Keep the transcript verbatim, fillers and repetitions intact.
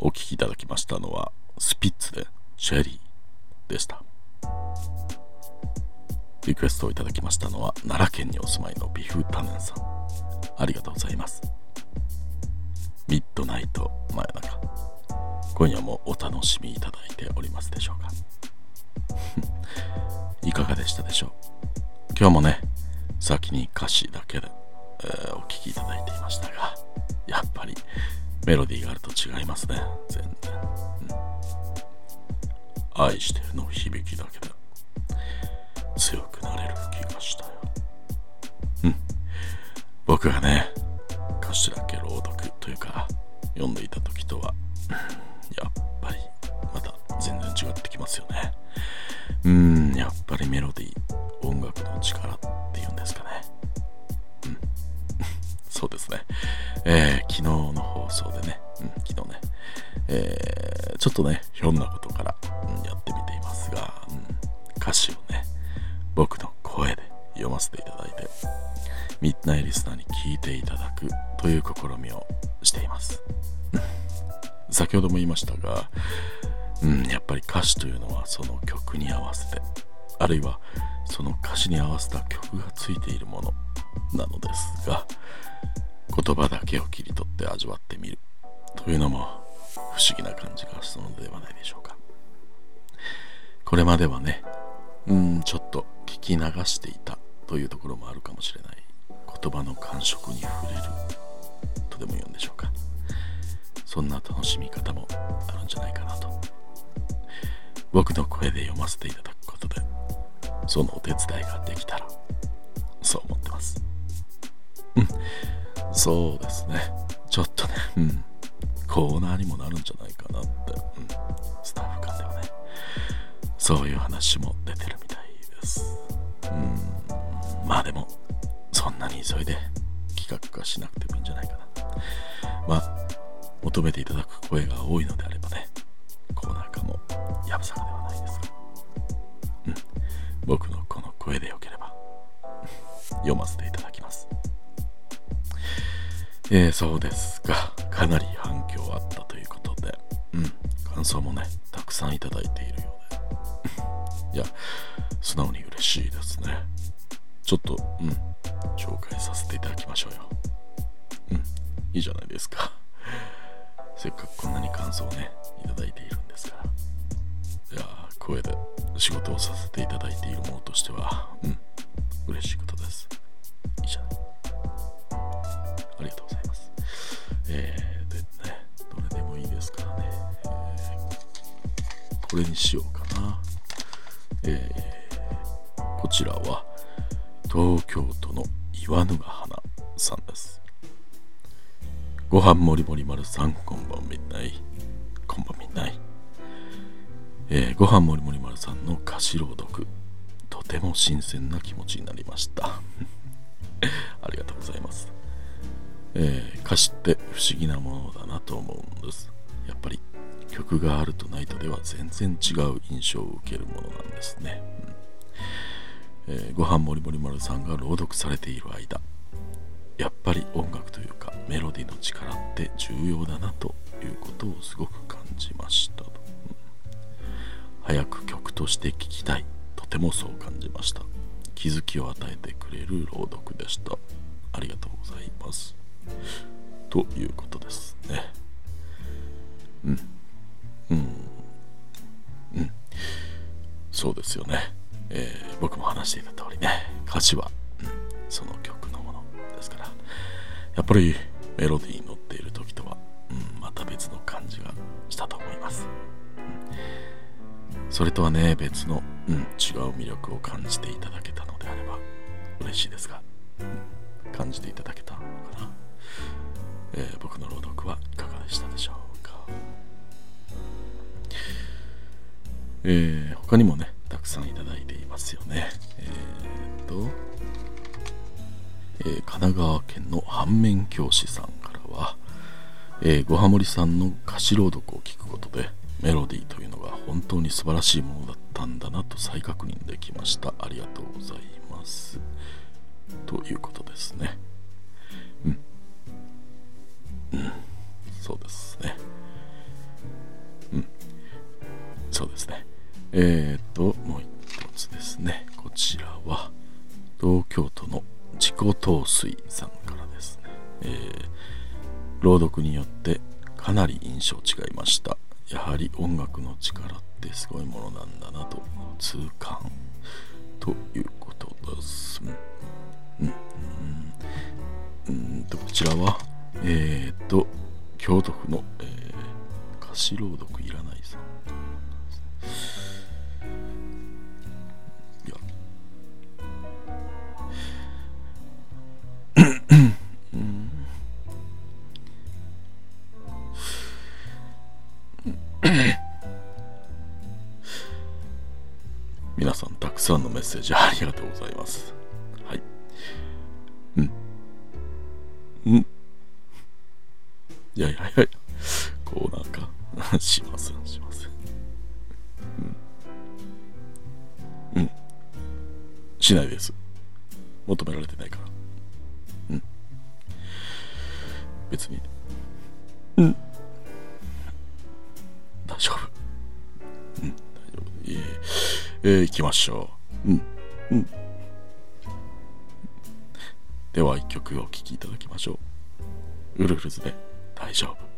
お聴きいただきましたのはスピッツでチェリーでした。リクエストをいただきましたのは奈良県にお住まいのビフタネンさん、ありがとうございます。ミッドナイト真夜中、今夜もお楽しみいただいておりますでしょうかいかがでしたでしょう。今日もね、先に歌詞だけで、えー、お聴きいただいていましたが、やっぱりメロディーがあると違いますね、全然、うん、愛してるの響きだけで強くなれる気がしたよ。うん、僕がね、歌詞だけ朗読というか読んでいた時とはやっぱりまた全然違ってきますよね。うーん、やっぱりメロディー、音楽の力っていうんですかね。うんそうですね、えー、昨日の放送でね、うん、昨日ね、えー、ちょっとねひょんなことから、うん、やってみていますが、うん、歌詞をね僕の声で読ませていただいてミッドナイトリスナーに聞いていただくという試みをしています先ほども言いましたが、うん、やっぱり歌詞というのはその曲に合わせて、あるいはその歌詞に合わせた曲がついているものなのですが、言葉だけを切り取って味わってみるというのも不思議な感じがするのではないでしょうか。これまではね、うんちょっと聞き流していたというところもあるかもしれない、言葉の感触に触れるとでも言うんでしょうか。そんな楽しみ方もあるんじゃないかなと、僕の声で読ませていただくことでそのお手伝いができたら、そう思ってます。うんそうですね、ちょっとね、うん、コーナーにもなるんじゃないかなって、うん、スタッフ間ではね、そういう話も出てるみたいです。うん、まあでもそんなに急いで企画化しなくてもいいんじゃないかな。まあ求めていただく声が多いのであればね、コーナー化もやぶさかではないですが、うん、僕のこの声でよければ読ませていただきます。えー、そうですが、かなり反響あったということで、うん、感想もねたくさんいただいているようでいや素直に嬉しいですね。ちょっとうん紹介させていただきましょうよ。うんいいじゃないですか、せっかくこんなに感想をねいただいているんですから。いや声で仕事をさせていただいているものとしては、うん嬉しいことです。いいじゃない、ありがとうございます。えー、でね、どれでもいいですからね、えー、これにしようかな。えー、こちらは東京都の岩ぬが花さんです。ごはんもりもり丸さん、こんばんみんない、こんばんみんない。えー、ごはんもりもり丸さんの歌詞朗読、とても新鮮な気持ちになりましたありがとうございます。えー、歌詞って不思議なものだなと思うんです。やっぱり曲があるとないとでは全然違う印象を受けるものなんですね。うんえー、ごはんもりもり丸さんが朗読されている間、やっぱり音楽というかメロディの力って重要だなということをすごく感じましたと、うん、早く曲として聴きたい、とてもそう感じました。気づきを与えてくれる朗読でした。ありがとうございますということですね。うんうんうんそうですよね。えー、僕も話していた通りね、歌詞は、うん、その曲のものですから、やっぱりメロディーに乗っている時とは、うん、また別の感じがしたと思います。うん、それとはね別の、うん、違う魅力を感じていただけたのであれば嬉しいですが、うん、感じていただけたのかな。えー、僕の朗読はいかがでしたでしょうか。えー、他にもねたくさんいただいていますよね。えー、っと、えー、神奈川県の反面教師さんからは、えー、ごはもりさんの歌詞朗読を聞くことでメロディーというのが本当に素晴らしいものだったんだなと再確認できました。ありがとうございますということですね。うんうんそうですね。 えーともう一つですね。こちらは東京都の自己陶酔さんからですね、えー、朗読によってかなり印象違いました。やはり音楽の力ってすごいものなんだなと痛感ということです。うんうんうんとこちらはえーと京都府の、えー、歌詞朗読いらないさん。いやうん皆さんたくさんのメッセージありがとうございます。はい。うん。うん。いやいやいや、こうなんかしませんしません。うん。うん。しないです。求められてないから。うん。別に。うん。大丈夫。うん。大丈夫。いえ。えー、行きましょう。うん。うん。では一曲お聴きいただきましょう。ウルフルズで大丈夫。